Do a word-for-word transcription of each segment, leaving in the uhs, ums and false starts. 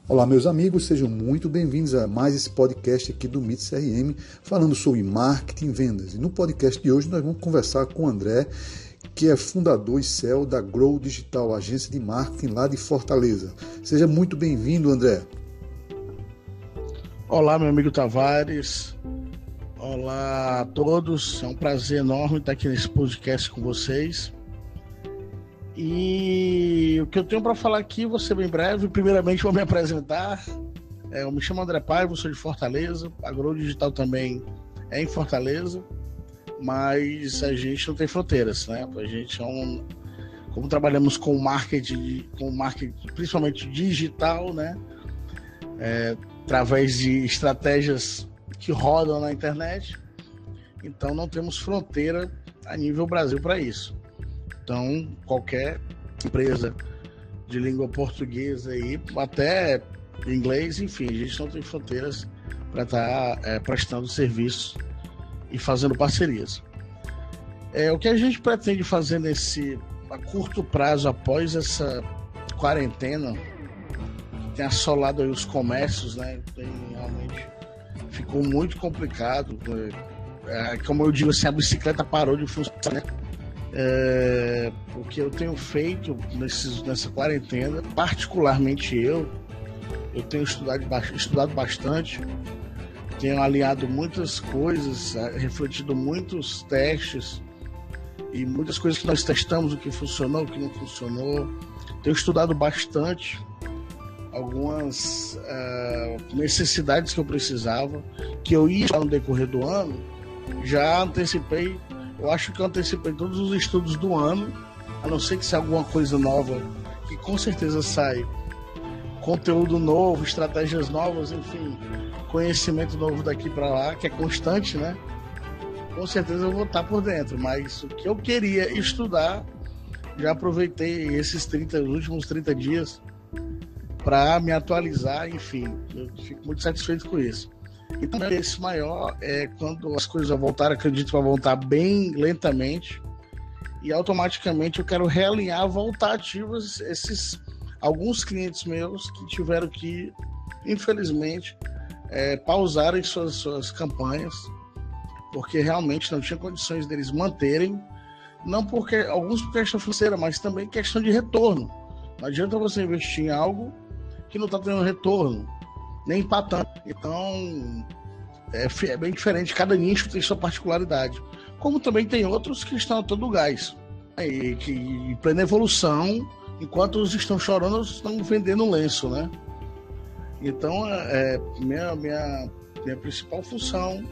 Olá, meus amigos, sejam muito bem-vindos a mais esse podcast aqui do Mito C R M, falando sobre marketing e vendas. E no podcast de hoje nós vamos conversar com o André, que é fundador e C E O da Grow Digital, agência de marketing lá de Fortaleza. Seja muito bem-vindo, André. Olá, meu amigo Tavares. Olá a todos. É um prazer enorme estar aqui nesse podcast com vocês. E o que eu tenho para falar aqui, vou ser bem breve. Primeiramente, vou me apresentar. É, eu me chamo André Paiva, sou de Fortaleza. A Grow Digital também é em Fortaleza, mas a gente não tem fronteiras, né? A gente é um, como trabalhamos com marketing, com marketing principalmente digital, né? É, através de estratégias que rodam na internet, então não temos fronteira a nível Brasil para isso. Então, qualquer empresa de língua portuguesa aí, até inglês, enfim, a gente não tem fronteiras para estar tá, é, prestando serviço e fazendo parcerias. É, o que a gente pretende fazer nesse a curto prazo após essa quarentena, que tem assolado aí os comércios, né? Tem, realmente ficou muito complicado. É, como eu digo assim, a bicicleta parou de funcionar, né? É, o que eu tenho feito nesses, nessa quarentena, particularmente eu, eu tenho estudado, estudado bastante, tenho alinhado muitas coisas, refletido muitos testes e muitas coisas que nós testamos, o que funcionou, o que não funcionou. Tenho estudado bastante algumas uh, necessidades que eu precisava, que eu ia no decorrer do ano, já antecipei. Eu acho que eu antecipei todos os estudos do ano, a não ser que seja alguma coisa nova, que com certeza sai conteúdo novo, estratégias novas, enfim, conhecimento novo daqui para lá, que é constante, né? Com certeza eu vou estar por dentro, mas o que eu queria estudar, já aproveitei esses trinta, os últimos trinta dias para me atualizar, enfim, eu fico muito satisfeito com isso. E também esse maior é quando as coisas vão voltar, acredito que vai voltar bem lentamente, e automaticamente eu quero realinhar, voltar ativos esses alguns clientes meus que tiveram que, infelizmente, é, pausarem suas, suas campanhas, porque realmente não tinha condições deles manterem, não porque alguns por questão financeira, mas também questão de retorno. Não adianta você investir em algo que não está tendo retorno, nem empatando. Então é, é bem diferente, cada nicho tem sua particularidade, como também tem outros que estão a todo gás, e que em plena evolução, enquanto os estão chorando, estão vendendo lenço, né? Então é, minha, minha, minha principal função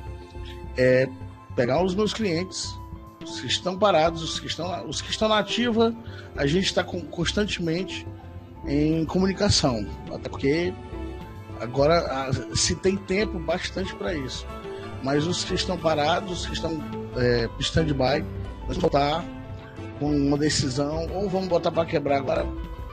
é pegar os meus clientes, os que estão parados, os que estão, os que estão na ativa, a gente está constantemente em comunicação, até porque agora se tem tempo bastante para isso, mas os que estão parados, os que estão é, stand-by, nós vamos voltar com uma decisão, ou vamos botar para quebrar agora,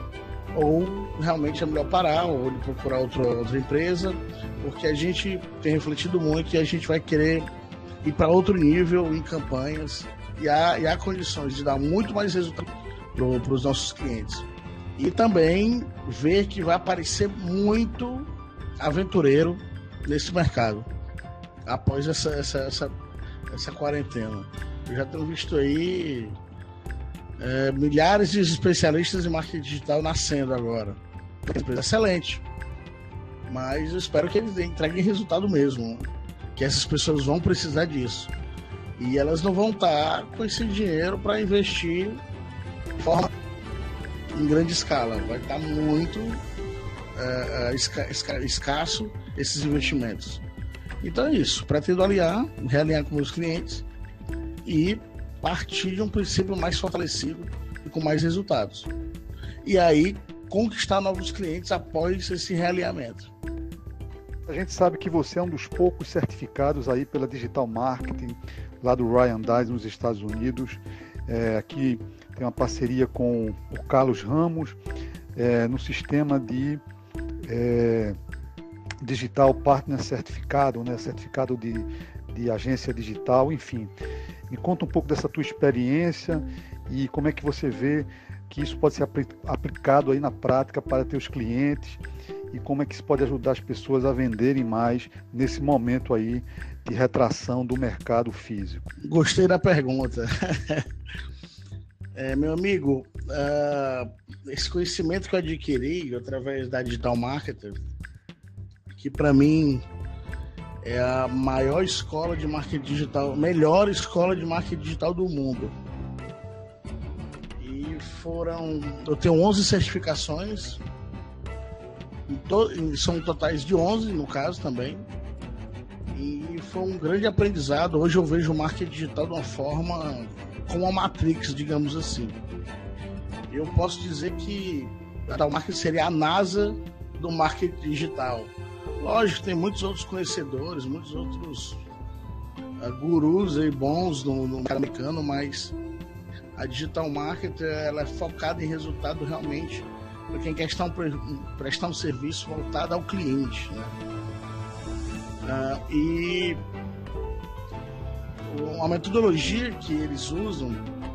ou realmente é melhor parar, ou procurar outra, outra empresa, porque a gente tem refletido muito e a gente vai querer ir para outro nível em campanhas, e há, e há condições de dar muito mais resultado para os nossos clientes. E também ver que vai aparecer muito aventureiro nesse mercado após essa, essa, essa, essa quarentena. Eu já tenho visto aí é, milhares de especialistas em marketing digital nascendo agora. Excelente, mas eu espero que eles entreguem resultado mesmo, que essas pessoas vão precisar disso e elas não vão estar com esse dinheiro para investir de forma em grande escala, vai estar muito Uh, esca, esca, escasso esses investimentos. Então é isso, pretendo alinhar, realinhar com meus clientes e partir de um princípio mais fortalecido e com mais resultados. E aí conquistar novos clientes após esse realinhamento. A gente sabe que você é um dos poucos certificados aí pela Digital Marketing, lá do Ryan Dice nos Estados Unidos. É, aqui tem uma parceria com o Carlos Ramos, é, no sistema de É, Digital Partner Certificado, né? Certificado de, de agência digital, enfim. Me conta um pouco dessa tua experiência e como é que você vê que isso pode ser aplicado aí na prática para teus clientes e como é que isso pode ajudar as pessoas a venderem mais nesse momento aí de retração do mercado físico? Gostei da pergunta. É, meu amigo, uh, esse conhecimento que eu adquiri através da Digital Marketer, que para mim é a maior escola de marketing digital, melhor escola de marketing digital do mundo. E foram, eu tenho onze certificações, são totais de onze no caso também. E foi um grande aprendizado. Hoje eu vejo o marketing digital de uma forma como uma Matrix, digamos assim. Eu posso dizer que o marketing seria a NASA do marketing digital. Lógico, tem muitos outros conhecedores, muitos outros uh, gurus aí bons no, no mercado americano, mas a Digital Marketing ela é focada em resultado realmente para quem quer um, prestar um serviço voltado ao cliente, né? Uh, e uma metodologia que eles usam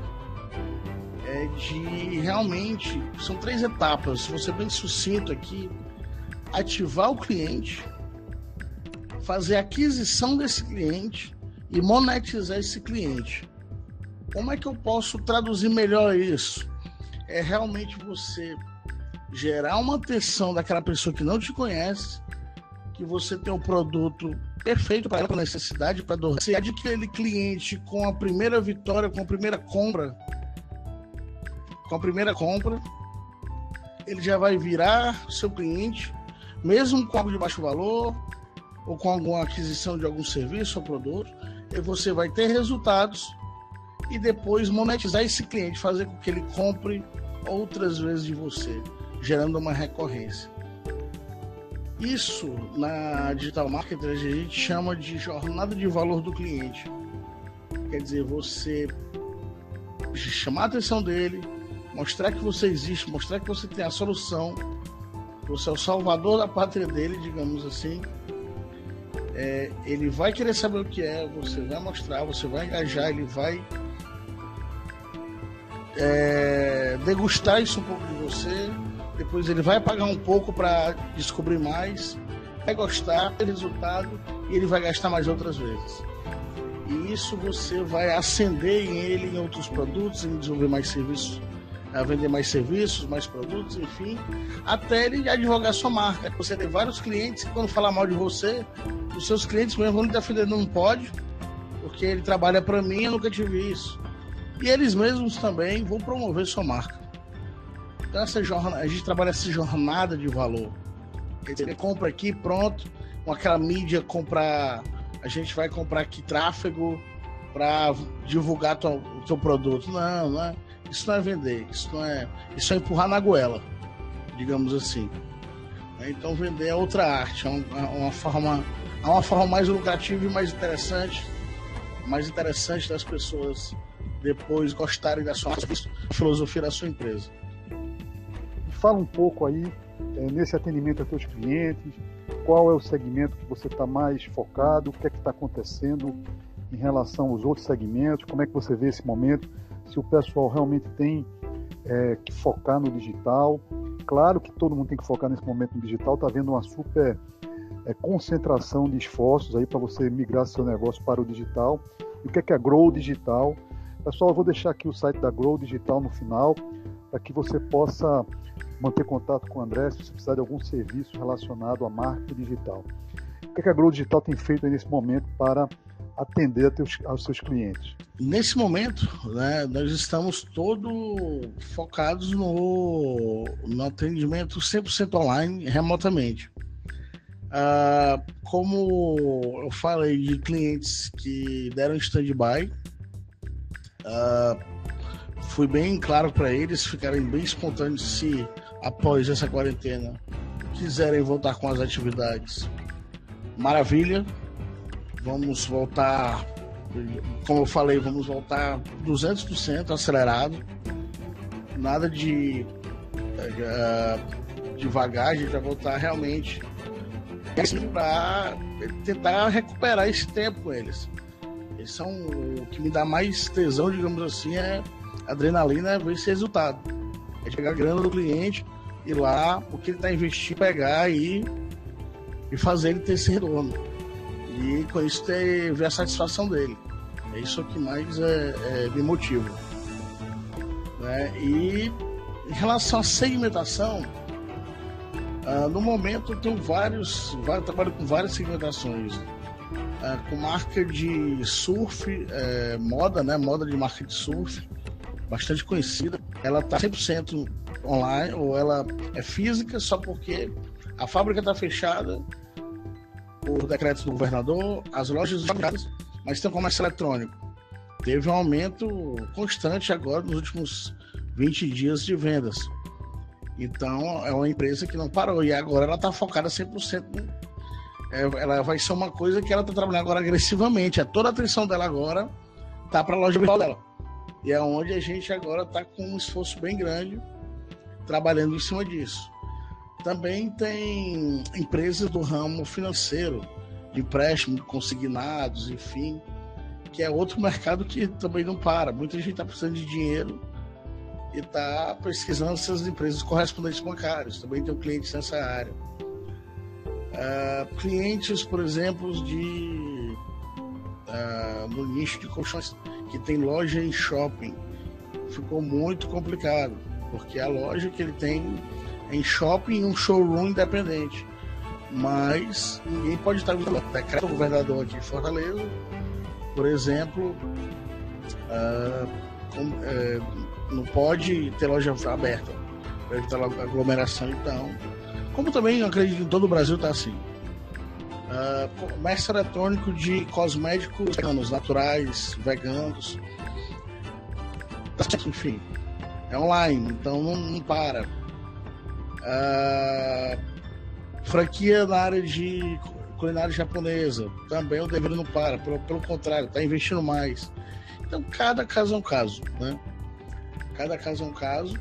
é de realmente, são três etapas, vou ser bem sucinto aqui: ativar o cliente, fazer a aquisição desse cliente e monetizar esse cliente. Como é que eu posso traduzir melhor isso? É realmente você gerar uma atenção daquela pessoa que não te conhece, que você tem um produto perfeito para ela, com necessidade, para dor. Você adquire aquele cliente com a primeira vitória, com a primeira compra, com a primeira compra, ele já vai virar seu cliente, mesmo com algo de baixo valor, ou com alguma aquisição de algum serviço ou produto, e você vai ter resultados e depois monetizar esse cliente, fazer com que ele compre outras vezes de você, gerando uma recorrência. Isso, na Digital Marketing, a gente chama de jornada de valor do cliente. Quer dizer, você chamar a atenção dele, mostrar que você existe, mostrar que você tem a solução, você é o salvador da pátria dele, digamos assim. É, ele vai querer saber o que é, você vai mostrar, você vai engajar, ele vai é, degustar isso um pouco de você. Depois ele vai pagar um pouco para descobrir mais, vai gostar do resultado e ele vai gastar mais outras vezes. E isso você vai acender em ele em outros produtos, em desenvolver mais serviços, a vender mais serviços, mais produtos, enfim, até ele advogar sua marca. Você tem vários clientes que, quando falar mal de você, os seus clientes mesmo vão lhe defender, não pode, porque ele trabalha para mim, eu nunca tive isso. E eles mesmos também vão promover sua marca. Então essa jornada, a gente trabalha essa jornada de valor. Quer dizer, compra aqui, pronto, com aquela mídia, comprar, a gente vai comprar aqui tráfego para divulgar tua, o teu produto. Não, não é, isso não é vender, isso não é, isso é empurrar na goela, digamos assim. Então vender é outra arte, é uma, uma forma, é uma forma mais lucrativa e mais interessante, mais interessante das pessoas depois gostarem da sua filosofia da sua empresa. Fala um pouco aí, é, nesse atendimento a teus clientes, qual é o segmento que você está mais focado, o que é que está acontecendo em relação aos outros segmentos, como é que você vê esse momento, se o pessoal realmente tem é, que focar no digital. Claro que todo mundo tem que focar nesse momento no digital, está havendo uma super é, concentração de esforços aí para você migrar seu negócio para o digital. E o que é que é a Grow Digital? Pessoal, eu vou deixar aqui o site da Grow Digital no final, para que você possa manter contato com o André se você precisar de algum serviço relacionado a marketing digital. O que a Grow Digital tem feito aí nesse momento para atender a teus, aos seus clientes? Nesse momento, né, nós estamos todos focados no, no atendimento cem por cento online, remotamente. Ah, como eu falei de clientes que deram stand-by, ah, fui bem claro para eles ficarem bem espontâneos se após essa quarentena quiserem voltar com as atividades. Maravilha, vamos voltar, como eu falei, vamos voltar duzentos por cento acelerado, nada de uh, devagar, a gente vai voltar realmente para tentar recuperar esse tempo com eles. Eles são, o que me dá mais tesão, digamos assim, é adrenalina, é ver esse resultado. É pegar a grana do cliente, e lá o que ele está investindo, pegar e, e fazer ele ter esse retorno. E com isso ter, ver a satisfação dele. É isso que mais é, é, me motiva. Né? E em relação à segmentação, uh, no momento eu tenho vários, vários trabalho com várias segmentações. Uh, com marca de surf, uh, moda, né? Moda de marca de surf, bastante conhecida. Ela está cem por cento online, ou ela é física, só porque a fábrica está fechada por decreto do governador, as lojas fechadas, mas tem o comércio eletrônico. Teve um aumento constante agora nos últimos vinte dias de vendas. Então, é uma empresa que não parou. E agora ela está focada cem por cento. É, ela vai ser uma coisa que ela está trabalhando agora agressivamente. É, toda a atenção dela agora está para a loja virtual dela. E é onde a gente agora está com um esforço bem grande trabalhando em cima disso. Também tem empresas do ramo financeiro, de empréstimo, consignados, enfim, que é outro mercado que também não para. Muita gente está precisando de dinheiro e está pesquisando essas empresas correspondentes bancários. Também tem clientes nessa área. Uh, clientes, por exemplo, de uh, no nicho de colchões, que tem loja em shopping. Ficou muito complicado, porque a loja que ele tem em shopping e um showroom independente. Mas ninguém pode estar vindo. Decreto do governador aqui em Fortaleza, por exemplo, uh, com, uh, não pode ter loja aberta para evitar aglomeração. Então, como também eu acredito que em todo o Brasil está assim. Uh, comércio eletrônico de cosméticos veganos, naturais, veganos, enfim, é online, então não, não para. Uh, franquia na área de culinária japonesa, também o dever não para, pelo, pelo contrário, está investindo mais. Então cada caso é um caso, né? Cada caso é um caso.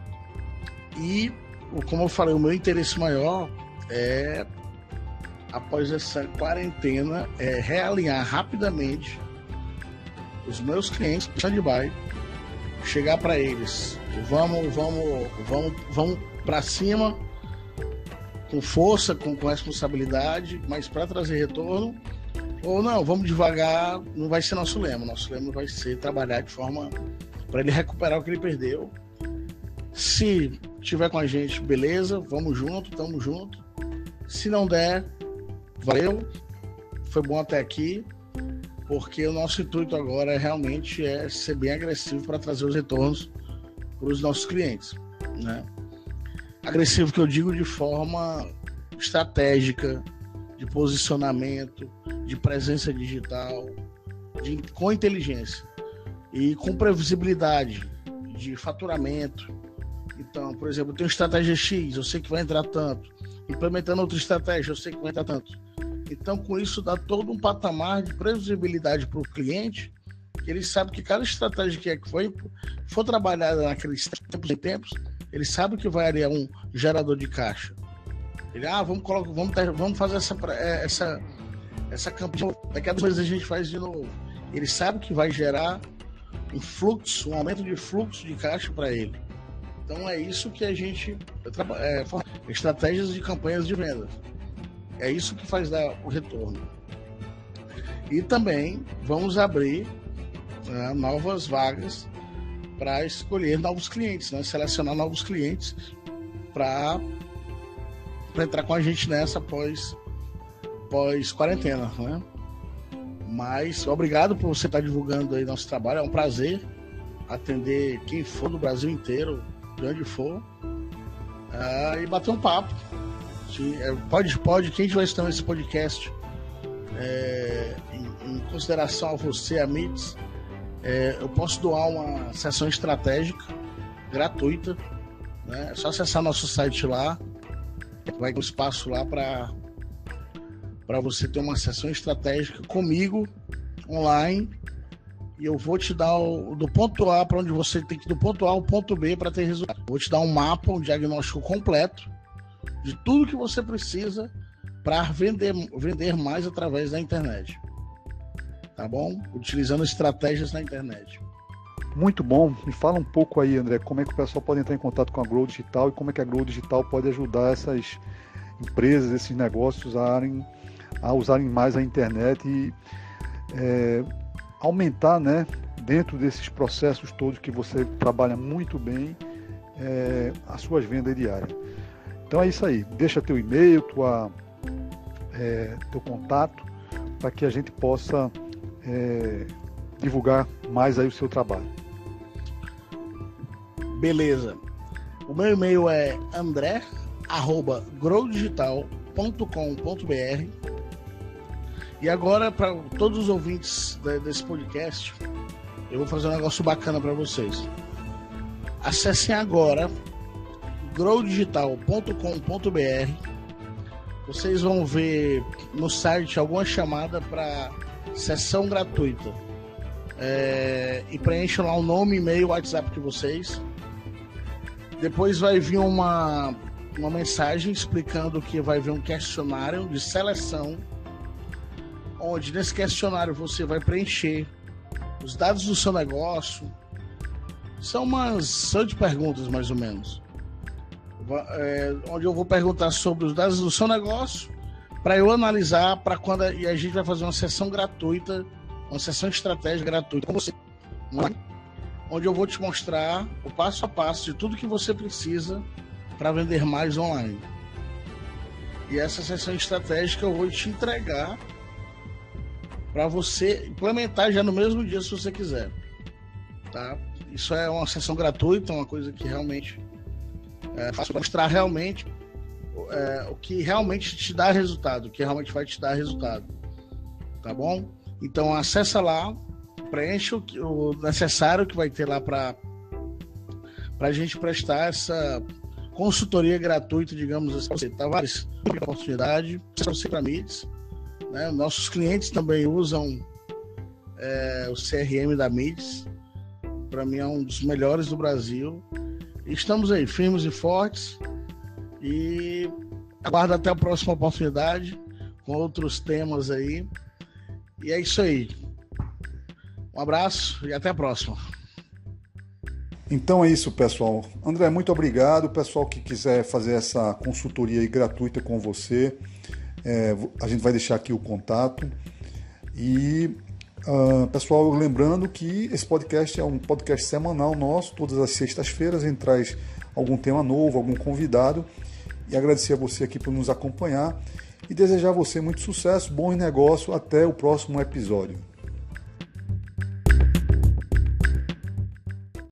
E, como eu falei, o meu interesse maior é, após essa quarentena, é realinhar rapidamente os meus clientes de stand-by, chegar para eles, vamos, vamos, vamos, vamos para cima, com força, com, com responsabilidade, mas para trazer retorno, ou não, vamos devagar, não vai ser nosso lema. Nosso lema vai ser trabalhar de forma para ele recuperar o que ele perdeu. Se tiver com a gente, beleza, vamos junto, tamo junto. Se não der, valeu, foi bom até aqui, porque o nosso intuito agora é realmente é ser bem agressivo para trazer os retornos para os nossos clientes, né? Agressivo que eu digo de forma estratégica, de posicionamento, de presença digital, de, com inteligência e com previsibilidade de faturamento. Então, por exemplo, eu tenho estratégia X, eu sei que vai entrar tanto. Implementando outra estratégia, eu sei que vai entrar tanto. Então, com isso, dá todo um patamar de previsibilidade para o cliente, que ele sabe que cada estratégia que é que foi, for trabalhada naqueles tempos e tempos, ele sabe que vai ali um gerador de caixa. Ele, ah, vamos, colocar, vamos, ter, vamos fazer essa, essa, essa campanha, daqui a duas vezes a gente faz de novo. Ele sabe que vai gerar um fluxo, um aumento de fluxo de caixa para ele. Então é isso que a gente é, estratégias de campanhas de venda. É isso que faz dar o retorno. E também vamos abrir uh, novas vagas para escolher novos clientes, né? Selecionar novos clientes para entrar com a gente nessa pós, pós quarentena, né? Mas obrigado por você estar divulgando aí nosso trabalho. É um prazer atender quem for do Brasil inteiro, de onde for, uh, e bater um papo. Se, é, pode, pode, quem estiver assistindo esse podcast, é, em, em consideração a você, a M I T S, é, eu posso doar uma sessão estratégica gratuita, né? É só acessar nosso site lá, vai ter um espaço lá para para você ter uma sessão estratégica comigo online, e eu vou te dar o, do ponto A para onde você tem que ir do ponto A ao ponto B para ter resultado. Vou te dar um mapa, um diagnóstico completo de tudo que você precisa para vender, vender mais através da internet. Tá bom? Utilizando estratégias na internet. Muito bom. Me fala um pouco aí, André, como é que o pessoal pode entrar em contato com a Grow Digital e como é que a Grow Digital pode ajudar essas empresas, esses negócios a, arem, a usarem mais a internet e é, aumentar, né, dentro desses processos todos que você trabalha muito bem, é, as suas vendas diárias. Então é isso aí. Deixa teu e-mail, tua, é, teu contato, para que a gente possa é, divulgar mais aí o seu trabalho. Beleza. O meu e-mail é andré arroba grow digital ponto com ponto b r. E agora, para todos os ouvintes desse podcast, eu vou fazer um negócio bacana para vocês. Acessem agora grow digital ponto com ponto b r. Vocês vão ver no site alguma chamada para sessão gratuita. É, e preencham lá o nome, e-mail, WhatsApp de vocês. Depois vai vir uma, uma mensagem explicando que vai vir um questionário de seleção, onde nesse questionário você vai preencher os dados do seu negócio. São umas oito perguntas, mais ou menos. É, onde eu vou perguntar sobre os dados do seu negócio, para eu analisar, para quando a, e a gente vai fazer uma sessão gratuita, uma sessão de estratégia gratuita com você, onde eu vou te mostrar o passo a passo de tudo que você precisa para vender mais online. E essa sessão estratégica eu vou te entregar para você implementar já no mesmo dia, se você quiser, tá? Isso é uma sessão gratuita, uma coisa que realmente é, faço para mostrar realmente é, o que realmente te dá resultado, o que realmente vai te dar resultado, tá bom? Então acessa lá, preenche o, o necessário que vai ter lá para a gente prestar essa consultoria gratuita, digamos assim. Você tá várias oportunidade, você para mídias, né? Nossos clientes também usam é, o C R M da Mids. Para mim é um dos melhores do Brasil. E estamos aí, firmes e fortes. E aguardo até a próxima oportunidade com outros temas aí. E é isso aí. Um abraço e até a próxima. Então é isso, pessoal. André, muito obrigado. O pessoal que quiser fazer essa consultoria aí gratuita com você, é, a gente vai deixar aqui o contato. E, uh, pessoal, lembrando que esse podcast é um podcast semanal nosso. Todas as sextas-feiras a gente traz algum tema novo, algum convidado. E agradecer a você aqui por nos acompanhar. E desejar a você muito sucesso, bom negócio. Até o próximo episódio.